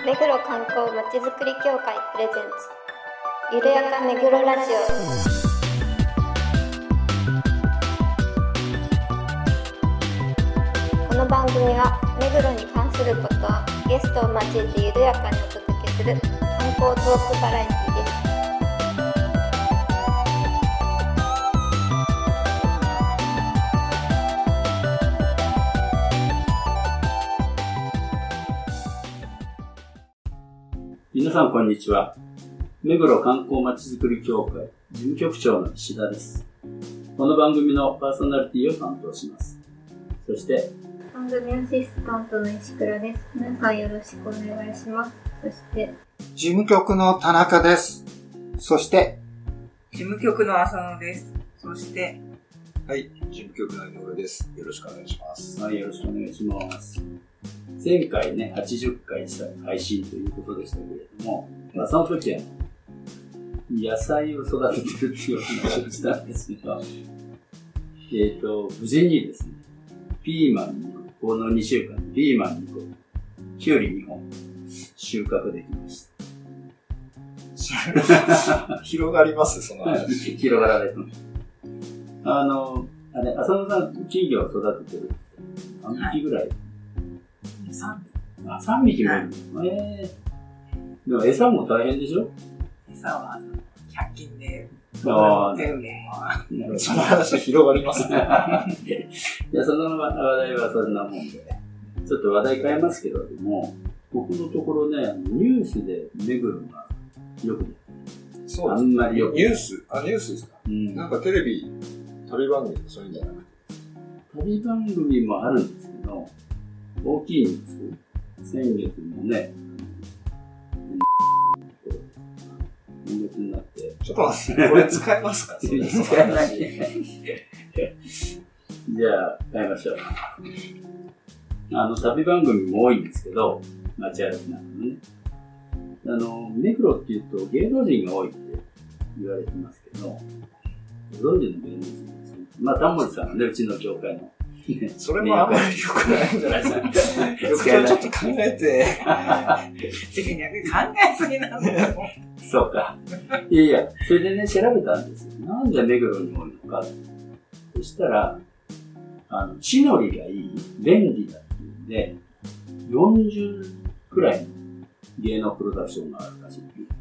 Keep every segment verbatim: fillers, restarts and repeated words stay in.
目黒観光まちづくり協会プレゼンツゆるやか目黒ラジオ。この番組は目黒に関することをゲストを交えてゆるやかにお届けする観光トークバラエティです。 皆さんこんにちは。目黒観光まちづくり協会事務局長の石田です。この番組のパーソナリティを担当します。そして番組アシスタントの石倉です。皆さんよろしくお願いします。そして事務局の田中です。そして事務局の浅野です。そしてはい、事務局の井上です。よろしくお願いします。 はい、よろしくお願いします。前回ね、はちじゅっかいした配信ということでしたけれども、まあ、その時は野菜を育ててるっていう話をしたんですけど、えっと、無事にですね、ピーマンにこ、このにしゅうかんでピーマンにこ、きゅうりにほん収穫できました。 広がりますその話。 広がらないと。あの、あれ、浅野さん、金魚を育ててる何匹ぐらい、はいさんびき。 あ、さんびきもいるの、はい、えー、でも餌も大変でしょ？ 餌はひゃく均でああ、 全部はその話広がりますね。 いや、その話題はそんなもんで、ちょっと話題変えますけれども、僕のところね、ニュースで目黒がよくね、 そうです。 あんまりよくニュースあ、ニュースですか、うん、なんかテレビ、旅番組とかそういうんじゃなくて。 旅番組もあるんですけど、大きいんです。先月もね、今月になって。 ちょっと待って、これ使えますか？ 使えない。じゃあ、変えましょう。あの、旅番組も多いんですけど、街歩きなんかね。あの、目黒っていうと芸能人が多いって言われてますけど、ご存知の芸能人ですね。まあ、タモリさんはね、うちの業界の。 それもあんまり良くないんじゃないですか。よくちょっと考えて。 自分逆に考えすぎなんだよ。 そうか。いやいや、それでね、調べたんですよ。なんで目黒に多いのか。そしたら、あの、地の利がいい、便利だっていうんで、よんじゅうくらいの芸能プロダクションがあるらしい。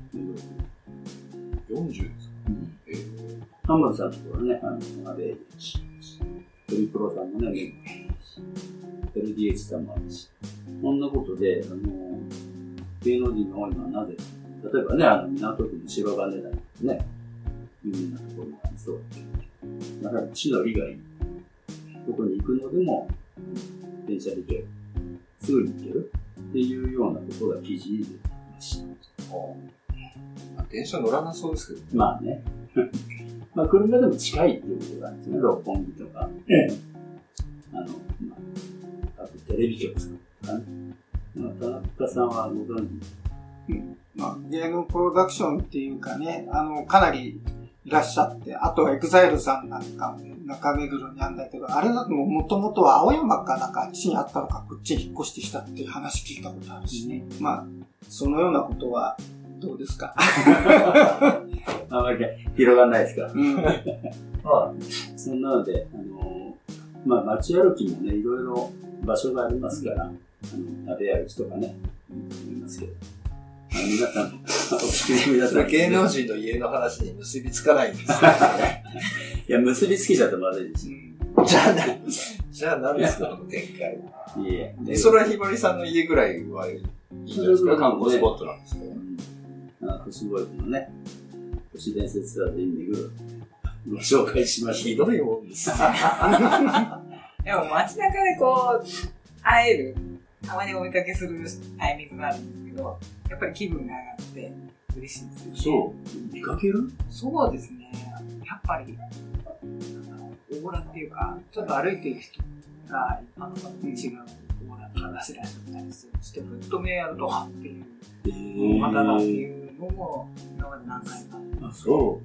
よんじゅうですか？うん。えー、タモリさんのところね、あの、あれ、トリプロさんもね、エルディーエイチ さんもあるし。こんなことで、あの、芸能人が多いのはなぜ？例えばね、あの、港区の芝金台とね、有名なところがありそう。だから、地の利がいい。どこに行くのでも、電車で行ける。すぐに行けるっていうようなことが記事に出てきました。 ああ、電車乗らなそうですけどね。 まあね。まあ、車でも近いっていうことなんですね、六本木とか。あの、まあ、あとテレビ局さんとかね。まあ、田中さんはご存知？ うん。まあ、芸能プロダクションっていうかね、あの、かなりいらっしゃって、あとエグザイルさんなんかも中目黒にあるんだけど、あれだともともとは青山かなんかあっちにあったのか、こっちに引っ越してきたっていう話聞いたことあるしね。うん、まあ、そのようなことは、どうですか？ あまり広がらないですか？うん。 まあ、 そんなので、あの、まあ、街歩きもね、いろいろ場所がありますから、あの、食べ歩きとかね、思いますけど。皆さん、お聞きの皆さん。 芸能人の家の話に結びつかないんですよね。 いや、結びつけちゃってまずいです。 じゃあ何じゃあ何ですか、この展開。 いえ。 で、それはひばりさんの家ぐらいはいいんじゃないですか、観光スポットなんですけど。 都市ボーイズのね、都市伝説ツアーで巡るご紹介しました。 ひどいもんですね。 でも街中でこう、会える、たまにお見かけするタイミングがあるんですけど、やっぱり気分が上がって嬉しいんですよね。 そう、見かける？ そうですね。やっぱり、オーラっていうか、ちょっと歩いている人が一般の方と違うオーラが出せられたりして、ふっと目やると、はっていう、大型だっていうのも、今まで何回か。 あ、そう。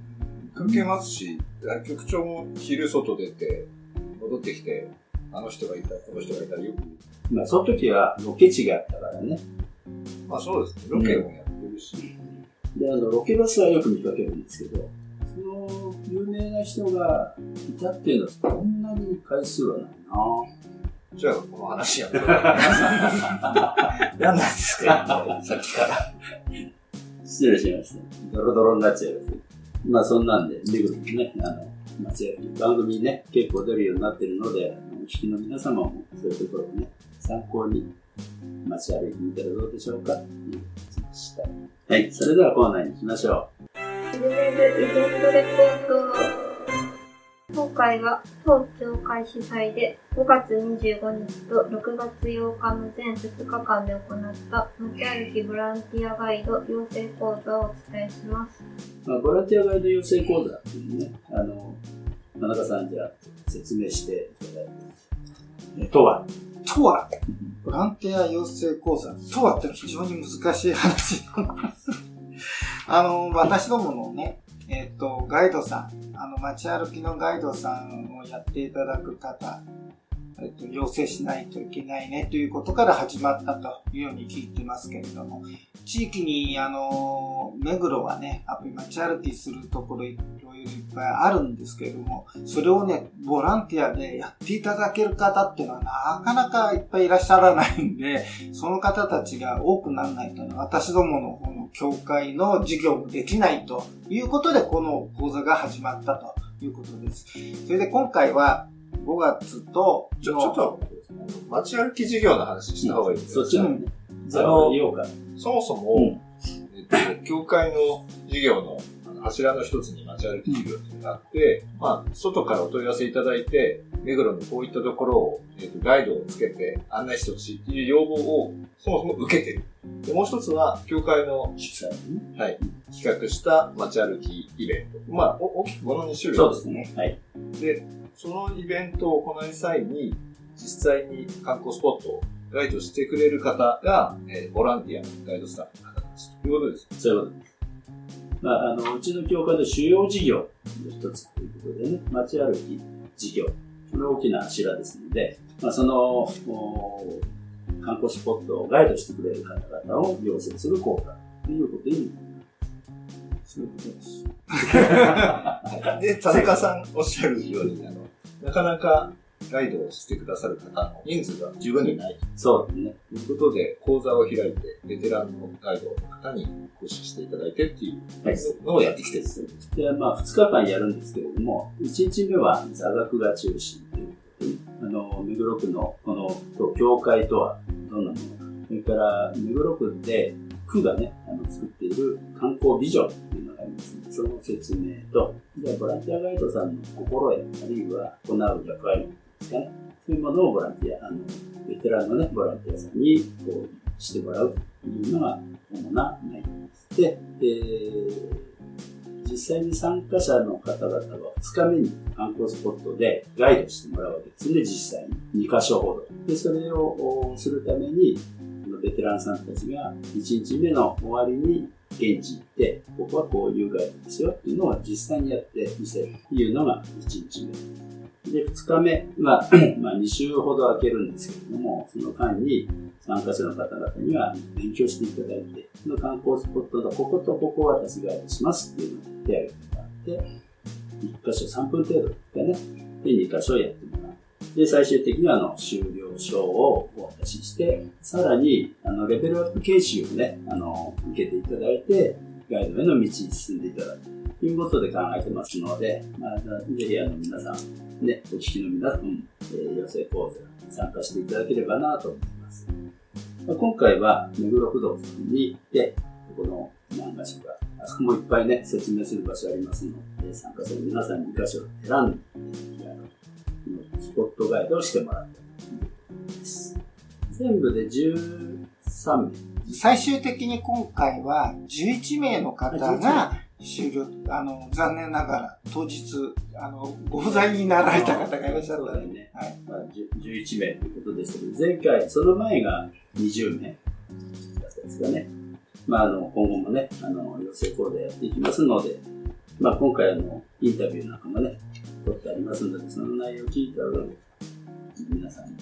見かけますし、局長も昼外出て、戻ってきて、あの人がいた、この人がいたらよく。 まあ、その時はロケ地があったからね。 まあそうですね。ロケもやってるし。 で、あの、ロケバスはよく見かけるんですけど、その有名な人がいたっていうのはそんなに回数はないな。 じゃあ、この話やめろ。何なんですかさっきから。 失礼しました。ドロドロになっちゃいます。まあそんなんで、目黒のね、あの、街歩き番組にね、結構出るようになっているので、お聞きの皆様もそういうところをね、参考に街歩いてみたらどうでしょうかという話でした。はい、それではコーナーに行きましょイベントレポート。今回は当協会主催でごがつにじゅうごにちとろくがつようかの全ふつかかんで行った街歩きボランティアガイド養成講座をお伝えします。 う。まあ、ボランティアガイド養成講座っていうね、あの、田中さんじゃあ説明していただいて。とはとはボランティア養成講座とはって非常に難しい話。あの、私どものね、えっと、ガイドさん、あの、街歩きのガイドさんをやっていただく方、えっと、養成しないといけないねということから始まったというように聞いてますけれども、地域に、あの、目黒はね、やっぱり街歩きするところいろいろいっぱいあるんですけれども、それをね、ボランティアでやっていただける方っていうのはなかなかいっぱいいらっしゃらないんで、その方たちが多くならないと、私どもの方の協会の授業もできないということで、この講座が始まったということです。それで今回はごがつと、 ちょ、ちょっと、街歩き授業の話した方がいいですか、うん、そっちのね。 あの、 言おうか。 そもそも、うん、えっと、協会の授業の柱の一つに街歩き授業っていうのがあって、うん、まあ、外からお問い合わせいただいて、目黒のこういったところを、えっと、ガイドをつけて案内してほしいっていう要望をそもそも受けてる。で、もう一つは、協会の主催、ね、はい、企画した街歩きイベント。まあ、大きくこのに種類。 そうですね。はい。 で、そのイベントを行う際に、実際に観光スポットをガイドしてくれる方が、えー、ボランティアのガイドスタッフの方たちということです。 そういうことです。まあ、あの、うちの協会の主要事業の一つということでね、街歩き事業、これ大きな柱ですので、まあ、その、観光スポットをガイドしてくれる方々を養成する講座ということになります。そういうことです。 で、田中さんおっしゃるように、あの、なかなかガイドをしてくださる方の人数が十分にない。 そうですね。 ということで、講座を開いて、ベテランのガイドの方に講師していただいてっていうのをやってきてるんです。 で、まあ、ふつかかんやるんですけれども、いちにちめは座学が中心ということで、あの、目黒区のこの協会とはどんなものか、それから目黒区で区がね、あの作っている観光ビジョンっていうのがありますので、その説明と、じゃあボランティアガイドさんの心得、あるいは行う役割ですかね、そういうものをボランティア、あの、ベテランのね、ボランティアさんにこうしてもらうというのが主な内容です。で、えー、実際に参加者の方々はふつかめに観光スポットでガイドしてもらうわけですね、実際に。にかしょほど。で、それをするために、ベテランさんたちがいちにちめの終わりに現地行って、ここはこういうガイドですよっていうのを実際にやってみせるというのがいちにちめ。で、ふつかめはまあに週ほど空けるんですけれども、その間に参加者の方々には勉強していただいて、その観光スポットのこことここを私ガイドしますっていうのを手挙げてもらって、いっかしょさんぷん程度ですかね。で、にかしょやってもらう。で、最終的にはあの終了証をお渡しして、さらにあのレベルアップ研修をね、あの受けていただいて、ガイドへの道に進んでいただくということで考えてますので、まあ、ぜひあの皆さん、ね、お聞きの皆さん、えー、養成講座参加していただければなと思います。まあ、今回は目黒不動産に行って、この何か所か、あそこもいっぱいね、説明する場所ありますので、参加者の皆さんに箇所選んで、スポットガイドをしてもらったということです。全部でじゅうさんめい。 最終的に今回はじゅういちめいの方が終了、あの、残念ながら当日、あの、ご不在になられた方がいらっしゃったんで、ね、はい。 まあ、じゅういちめいということですけど、前回、その前がにじゅうめいだったんですかね。まあ、あの、今後もね、あの、養成講座やっていきますので、まあ、今回あの、インタビューなんかもね、取ってありますので、その内容を聞いた上で、皆さんに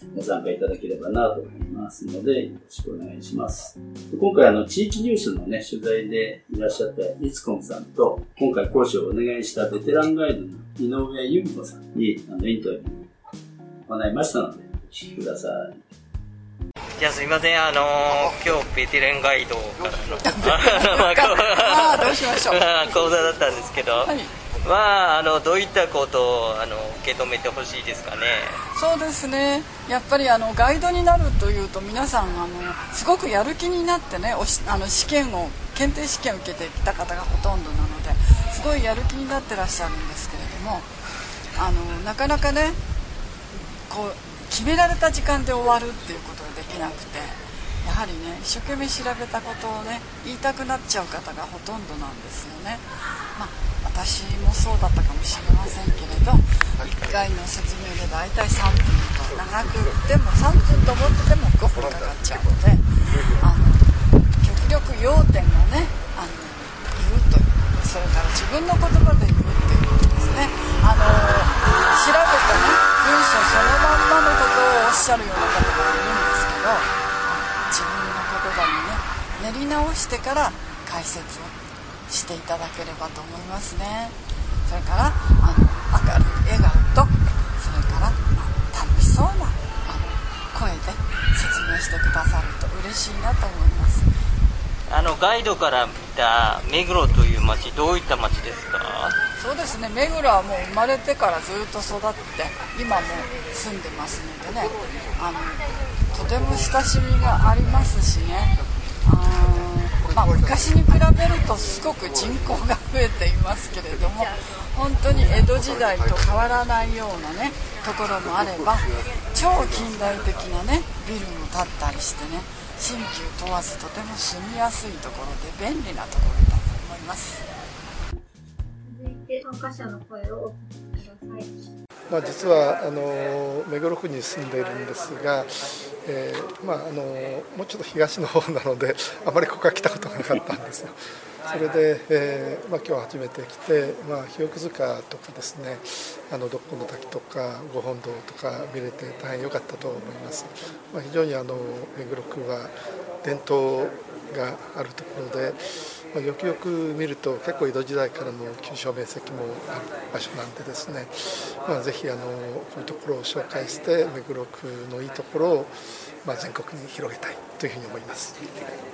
ご参加いただければなと思いますので、よろしくお願いします。今回あの地域ニュースのね、取材でいらっしゃったいつこんさんと、今回講師をお願いしたベテランガイドの井上由美子さんにあのインタビューを行いましたので、お聞きください。 じゃあすいません、あのー、今日ベテランガイドからのああどうしましょう講座だったんですけど、はい、まああのどういったことをあの受け止めてほしいですかね。 そうですね、やっぱりあのガイドになるというと皆さんあのすごくやる気になってね、おしあの試験を検定試験を受けてきた方がほとんどなのですごいやる気になってらっしゃるんですけれども、あのなかなかねこう決められた時間で終わるっていうことができなくて、やはりね一生懸命調べたことをね言いたくなっちゃう方がほとんどなんですよね。まあ私もそうだったかもしれませんけれど、いっかいの説明でだいたいさんぷんと長くてもさんぷんと思っててもごふんかかっちゃうので、あの極力要点をねあの言うということ、それから自分の言葉で言うっていうことですね。あの調べたね文章そのまんまのことをおっしゃるような方がいるんですけど、自分の言葉にね練り直してから解説をしていただければと思いますね。それからあの明るい笑顔と、それから、まあ、楽しそうなあの声で説明してくださると嬉しいなと思います。 あのガイドから見た目黒という町、どういった町ですか？ そうですね、目黒はもう生まれてからずっと育って今も住んでますのでね、あのとても親しみがありますしね、あ、まあ、昔に比べるとすごく人口が増えていますけれども、本当に江戸時代と変わらないようなねところもあれば、超近代的なねビルも建ったりしてね、新旧問わずとても住みやすいところで便利なところだと思います。 続いて参加者の声をお聞きください。 まあ、実はあの目黒区に住んでいるんですが、えーまあ、あのもうちょっと東の方なのであまりここは来たことがなかったんですよ。それで、えーまあ、今日初めて来て、まあ、日奥塚とかですね、あの独孤の滝とか御本堂とか見れて大変良かったと思います。まあ、非常にあの目黒区は伝統があるところで、まあ、よくよく見ると結構江戸時代からの急所面積もある場所なんでですね、まあ、ぜひあのこういうところを紹介して目黒区のいいところを、まあ、全国に広げたいというふうに思います。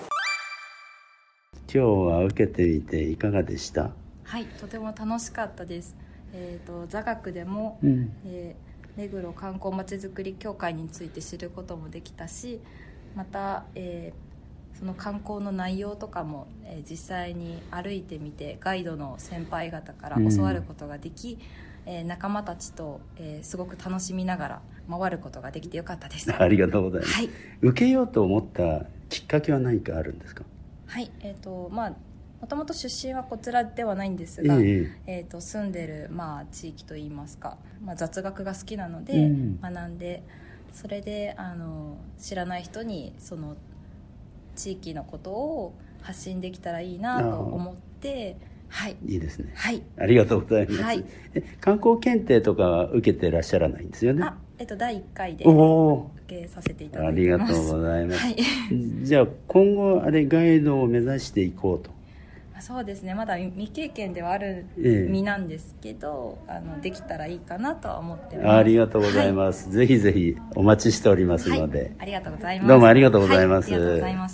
今日は受けてみていかがでした？ はい、とても楽しかったです。えーと、座学でも、うん、えー、目黒観光まちづくり協会について知ることもできたし、また、えー、その観光の内容とかも、えー、実際に歩いてみてガイドの先輩方から教わることができ、うん、えー、仲間たちと、えー、すごく楽しみながら回ることができてよかったです。 ありがとうございます、はい、受けようと思ったきっかけは何かあるんですか？ はい、えーとまあ、もともと出身はこちらではないんですが、えーえー、と住んでる、まあ、地域といいますか、まあ、雑学が好きなので、うん、学んで、それであの知らない人にその地域のことを発信できたらいいなと思って、はい、 いいですね、 はい、 ありがとうございます、 はい、 観光検定とかは受けてらっしゃらないんですよね？ あ、えっと、だいいっかいで受けさせていただいてます。 ありがとうございます、 はい、 じゃあ今後あれガイドを目指していこうと？ そうですね、まだ未経験ではある身なんですけど、ええ、あのできたらいいかなとは思ってます。 ありがとうございます、はい、ぜひぜひお待ちしておりますので、はい、 ありがとうございます。 どうもありがとうございます、 はい、ありがとうございました。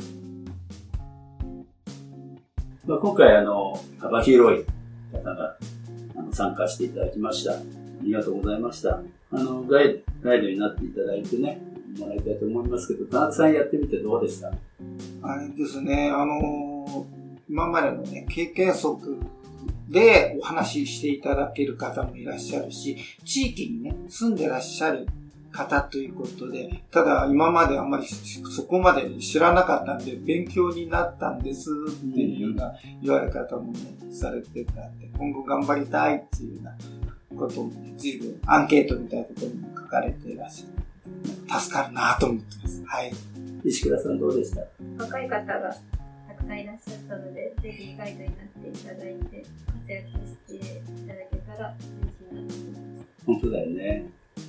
まあ、今回あの幅広い方があの参加していただきました。ありがとうございました。あのガイド、ガイドになっていただいてね、もらいたいと思いますけど、田中さんやってみてどうでした？ あれですね、あの今までのね経験則でお話ししていただける方もいらっしゃるし、地域にね住んでらっしゃる方ということで、ただ今まであんまりそこまで知らなかったんで勉強になったんですっていうような言われ方も、ね、されてたんで、今後頑張りたいっていうようなことも、ね、随分アンケートみたいなところにも書かれていらっしゃる。助かるなと思ってます。はい。 石倉さんどうでした？ 若い方がたくさんいらっしゃったので、ぜひガイドになっていただいて活躍していただけたら嬉しいなと思います。 本当だよね。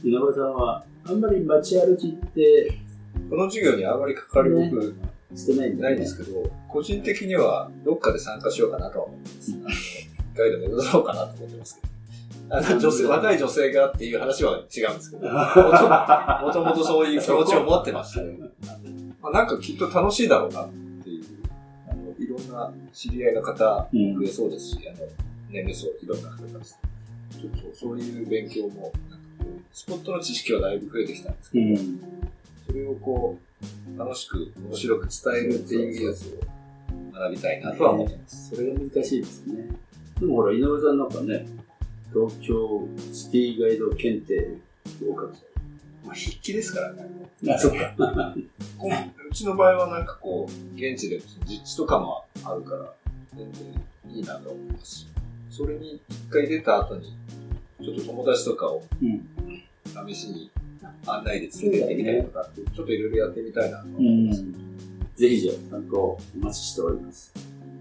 稲葉さんはあんまり街歩きってこの授業にあんまり関わり僕、ね、 してないんだ、ね、 ないんですけど、個人的にはどっかで参加しようかなとは思ってます。ガイド目指そうかなと思ってますけど。あの女性、若い女性がっていう話は違うんですけど、もともとそういう気持ちを持ってましたね。まあ、なんかきっと楽しいだろうなっていう、あのいろんな知り合いの方増えそうですし、うん、あの年齢層いろんな方たち、ちょっとそういう勉強もなんかこうスポットの知識はだいぶ増えてきたんですけど、うん、それをこう楽しく面白く伝えるっていう技術を学びたいなとは思ってます。 それが難しいですね。でもほら井上さんなんかね、東京シティガイド検定合格者。 まあ筆記ですからね。 あ、そっか。 うちの場合はなんかこう現地で実地とかもあるから全然いいなと思いますし、それに一回出た後にちょっと友達とかを試しに案内で連れてってみたりとかって、ちょっといろいろやってみたいなと思います。うん、 ぜひじゃあ参考お待ちしております。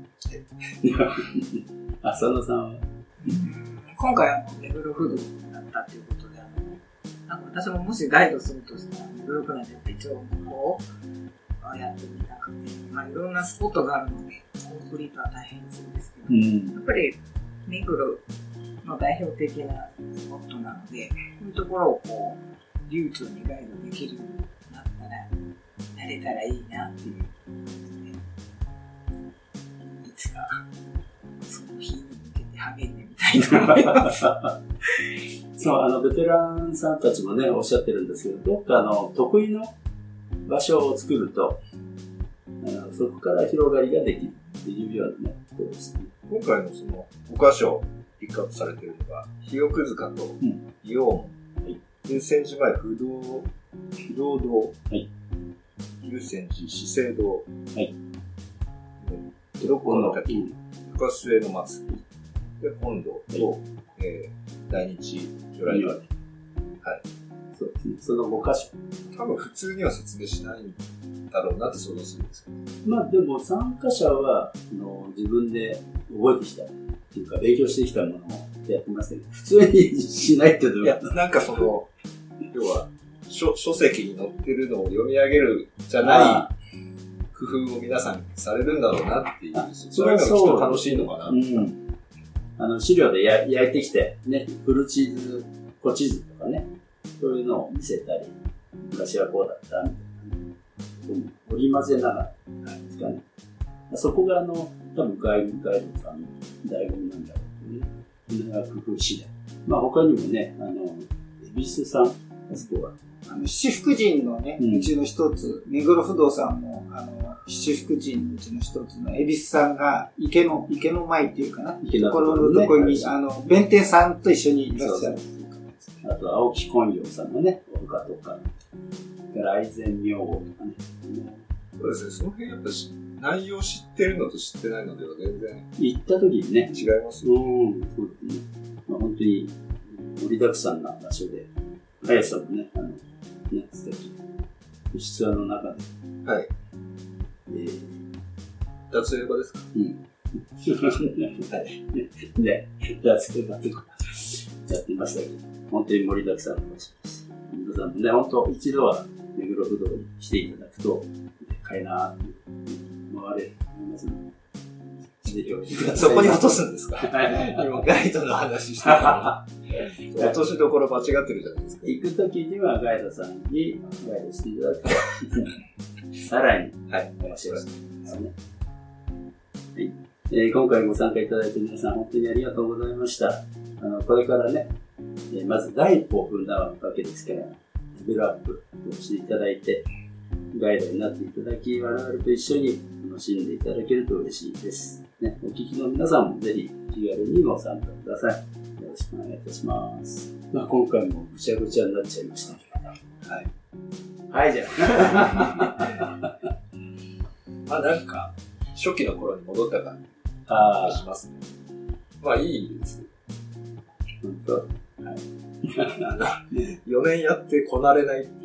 浅野さんは今回は目黒不動だったということで、あのなんか私ももしガイドするとしたら目黒区内で一応こうやってみたくて、まあ、いろんなスポットがあるのでコンクリートは大変そうですけど、うん、やっぱり目黒の代表的なスポットなので、こういうところをこう流暢にガイドできるようになったらなれたらいいなっていうことで、いつかその日に向けて励んでみたいと思います。 そう、あのベテランさんたちもねおっしゃってるんですけど、どっかの得意の場所を作ると、あのそこから広がりができるっていうようなねことですね。 今回のそのご箇所ピックアップされているのが日奥塚と仁王門、龍泉寺前不動不動堂、龍泉寺資生堂、江戸小の滝、深末の祭りで本堂と、はいえー、大日如来寺、はい、 そうですね。そのご箇所。 多分普通には説明しないんだろうなって想像するんですけど。まあでも参加者はあの自分で覚えてきたっていうか勉強してきたものをやってますけど、普通にしないってどういうこと？ いや、なんかその要は書書籍に載ってるのを読み上げるじゃない工夫を皆さんされるんだろうなっていう、そういうのがきっと楽しいのかな。うん、 あの資料でや焼いてきてね、フルチーズ、コチーズとかね、そういうのを見せたり、昔はこうだったみたいな、織り交ぜながらですかね。そこがあの多分ガイドガイドさんの醍醐味なんだろうね。みんなが工夫次第。まあ他にもね、あの恵比寿さん、あそこはあの七福神のね、うん、うちの一つ、目黒不動さんもあの七福神のうちの一つの恵比寿さんが池の池の前っていうかな、池のところのところに、ね、あの弁天さんと一緒にいらっしゃる。 あと青木昆陽さんのね、お墓とか、来前明王とかね。 そうですね、その辺やっぱ内容知ってるのと知ってないのでは全然行った時にね違いますよ。 うん、そうですね。まあ、本当に盛りだくさんな場所で、速さもね、あの、なってた時、室話の中で。 はい。えー、脱衣場ですか？ うん。はい。ね、脱衣場とかやってましたけど、本当に盛りだくさんの場所です。皆さんもね、本当一度は目黒不動に来ていただくと、でかいなーって回れると思いますので。 そこに落とすんですか？今ガイドの話してたら落としどころ間違ってるじゃないですか。 行くときにはガイドさんにガイドしていただくとさらに面白いですね。はい、えー、今回ご参加いただいて皆さん本当にありがとうございました。あのこれからね、えー、まず第一歩を踏んだわけですから、レベルアップをしていただいてガイドになっていただき、我々と一緒に楽しんでいただけると嬉しいです。ね、お聞きの皆さんもぜひ気軽にご参加ください。よろしくお願いいたします。まあ今回もぐちゃぐちゃになっちゃいましたけど。はい。はいじゃあ。 まあなんか初期の頃に戻った感じがしますね。まあいいです。 本当。はい。 あのよねんやってこなれないっていう。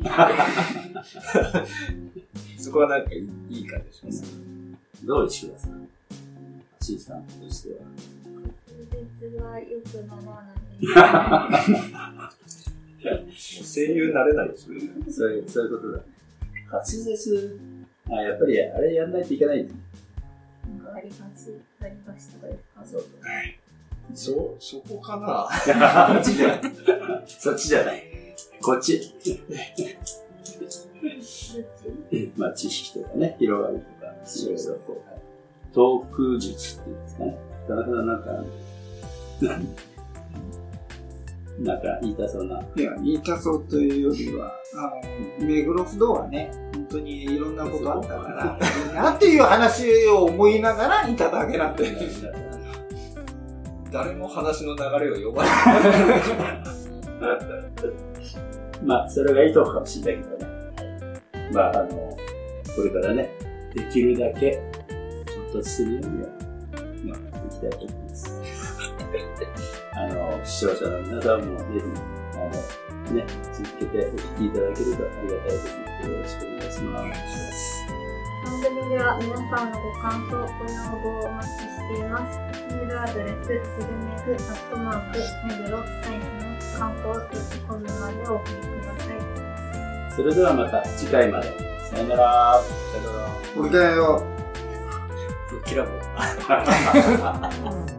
そこはなんかいい、いい感じします。 どう石倉さん。C さんとしては滑舌が良くならない声優になれないですよね。 そういう、そういうことだ。滑舌、あ、やっぱりあれやんないといけないんですね。 なんか割り箸、割り箸とかですか？ そうそう。そ、そこかなそっちじゃない。そっちじゃない。こっち。まあ、知識とかね、広がりとか、そうそうこう。トーク術っていうんですかね。なかなかなんか、なんか言いたそうな。 いや、言いたそうというよりは、あの、目黒不動はね、本当にいろんなことあったから、なんていう話を思いながらいただけなんで。 誰も話の流れを読まない。 まあ、それがいいとこかもしれないけどね。まあ、あの、これからね、できるだけ、ちょっとするようには、まあ、いきたいと思います。あの、視聴者の皆さんもぜひ、あの、ね、続けてお聞きいただけるとありがたいですので、よろしくお願いします。 番組では皆さんのご感想、ご要望をお待ちしています。メールアドレス、グルメグ、アットマーク、目黒、最後の観光ドットコムまでお送りください。 それではまた次回まで。さよなら。さよなら。 おいでよ。 キラボ。